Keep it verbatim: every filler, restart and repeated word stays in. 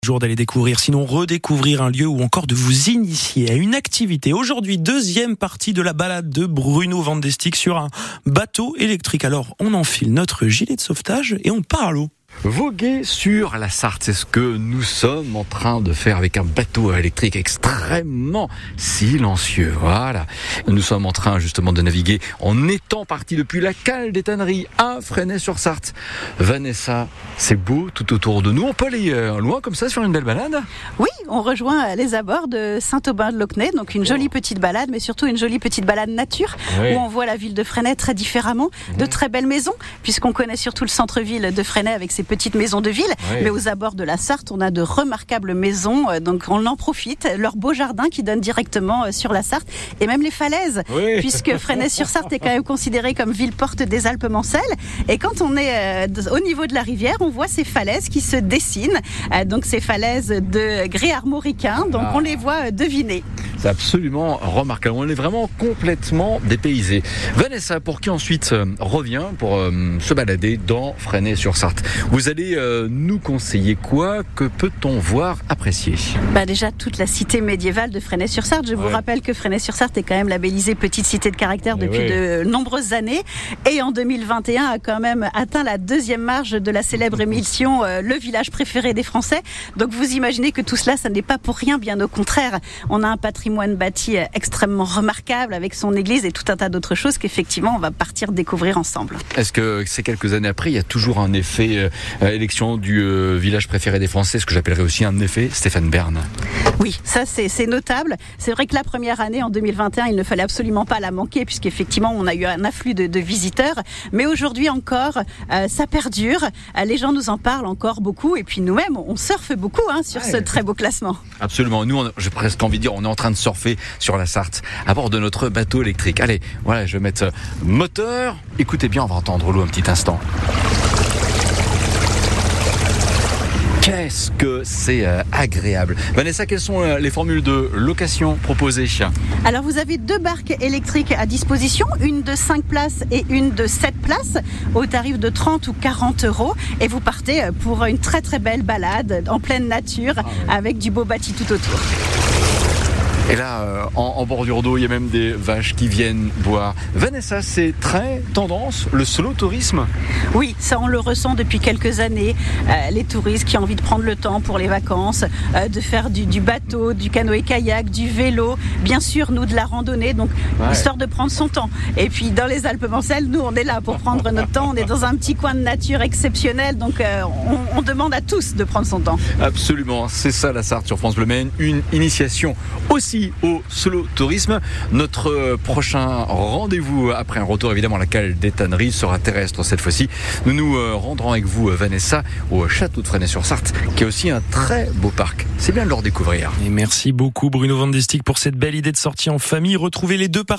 Jour d'aller découvrir, sinon redécouvrir un lieu ou encore de vous initier à une activité. Aujourd'hui, deuxième partie de la balade de Bruno Van Destik sur un bateau électrique. Alors, on enfile notre gilet de sauvetage et on part à l'eau. Voguer sur la Sarthe, c'est ce que nous sommes en train de faire avec un bateau électrique extrêmement silencieux. Voilà. Nous sommes en train justement de naviguer en étant partis depuis la cale des tanneries à Fresnay-sur-Sarthe. Vanessa, c'est beau tout autour de nous. On peut aller loin comme ça sur une belle balade ? Oui, on rejoint les abords de Saint-Aubin-de-Locnay, donc une jolie petite balade, mais surtout une jolie petite balade nature, oui. Où on voit la ville de Fresnay très différemment, mmh. de très belles maisons, puisqu'on connaît surtout le centre-ville de Fresnay avec ses petites maisons de ville, oui. Mais aux abords de la Sarthe, on a de remarquables maisons, donc on en profite, leur beau jardin qui donne directement sur la Sarthe, et même les falaises, oui. Puisque Fresnay-sur-Sarthe est quand même considérée comme ville-porte des Alpes-Mancelles, et quand on est au niveau de la rivière, on voit ces falaises qui se dessinent, donc ces falaises de grès armoricain, donc ah. on les voit deviner. C'est absolument remarquable, on est vraiment complètement dépaysé. Vanessa, pour qui ensuite euh, revient pour euh, se balader dans Fresnay-sur-Sarthe. Vous allez euh, nous conseiller quoi ? Que peut-on voir, apprécier ? Bah déjà toute la cité médiévale de Fresnay-sur-Sarthe. Je ouais. vous rappelle que Fresnay-sur-Sarthe est quand même labellisée petite cité de caractère depuis oui. de nombreuses années, et en deux mille vingt et un a quand même atteint la deuxième marche de la célèbre émission euh, Le village préféré des Français. Donc vous imaginez que tout cela, ça n'est pas pour rien, bien au contraire. On a un patrimoine bâti extrêmement remarquable avec son église et tout un tas d'autres choses qu'effectivement on va partir découvrir ensemble. Est-ce que ces quelques années après, il y a toujours un effet euh, élection du euh, village préféré des Français, ce que j'appellerais aussi un effet Stéphane Bern ? Oui, ça c'est, c'est notable. C'est vrai que la première année, en deux mille vingt et un, il ne fallait absolument pas la manquer puisqu'effectivement on a eu un afflux de, de visiteurs. Mais aujourd'hui encore, euh, ça perdure. Euh, les gens nous en parlent encore beaucoup et puis nous-mêmes, on surfe beaucoup hein, sur ouais. ce très beau classement. Absolument. Nous, on, j'ai presque envie de dire, on est en train de surfer sur la Sarthe à bord de notre bateau électrique. Allez, voilà, je vais mettre moteur. Écoutez bien, on va entendre l'eau un petit instant. Qu'est-ce que c'est euh, agréable. Vanessa, quelles sont euh, les formules de location proposées ? Alors vous avez deux barques électriques à disposition, une de cinq places et une de sept places, au tarif de trente ou quarante euros. Et vous partez pour une très très belle balade en pleine nature, ah ouais. avec du beau bâti tout autour. Et là, euh, en, en bordure d'eau, il y a même des vaches qui viennent boire. Vanessa, c'est très tendance, le slow tourisme ? Oui, ça on le ressent depuis quelques années. Euh, les touristes qui ont envie de prendre le temps pour les vacances, euh, de faire du, du bateau, du canoë-kayak, du vélo, bien sûr, nous de la randonnée, donc ouais. histoire de prendre son temps. Et puis dans les Alpes-Mancelles, nous on est là pour prendre notre temps, on est dans un petit coin de nature exceptionnel, donc euh, on, on demande à tous de prendre son temps. Absolument, c'est ça la Sarthe sur France Bleu Maine, une initiation aussi au slow tourisme. Notre prochain rendez-vous après un retour évidemment à la cale des tanneries sera terrestre cette fois-ci. Nous nous rendrons avec vous Vanessa au château de Fresnay-sur-Sarthe qui est aussi un très beau parc. C'est bien de le redécouvrir. Et merci beaucoup Bruno Van Destik pour cette belle idée de sortie en famille. Retrouvez les deux parties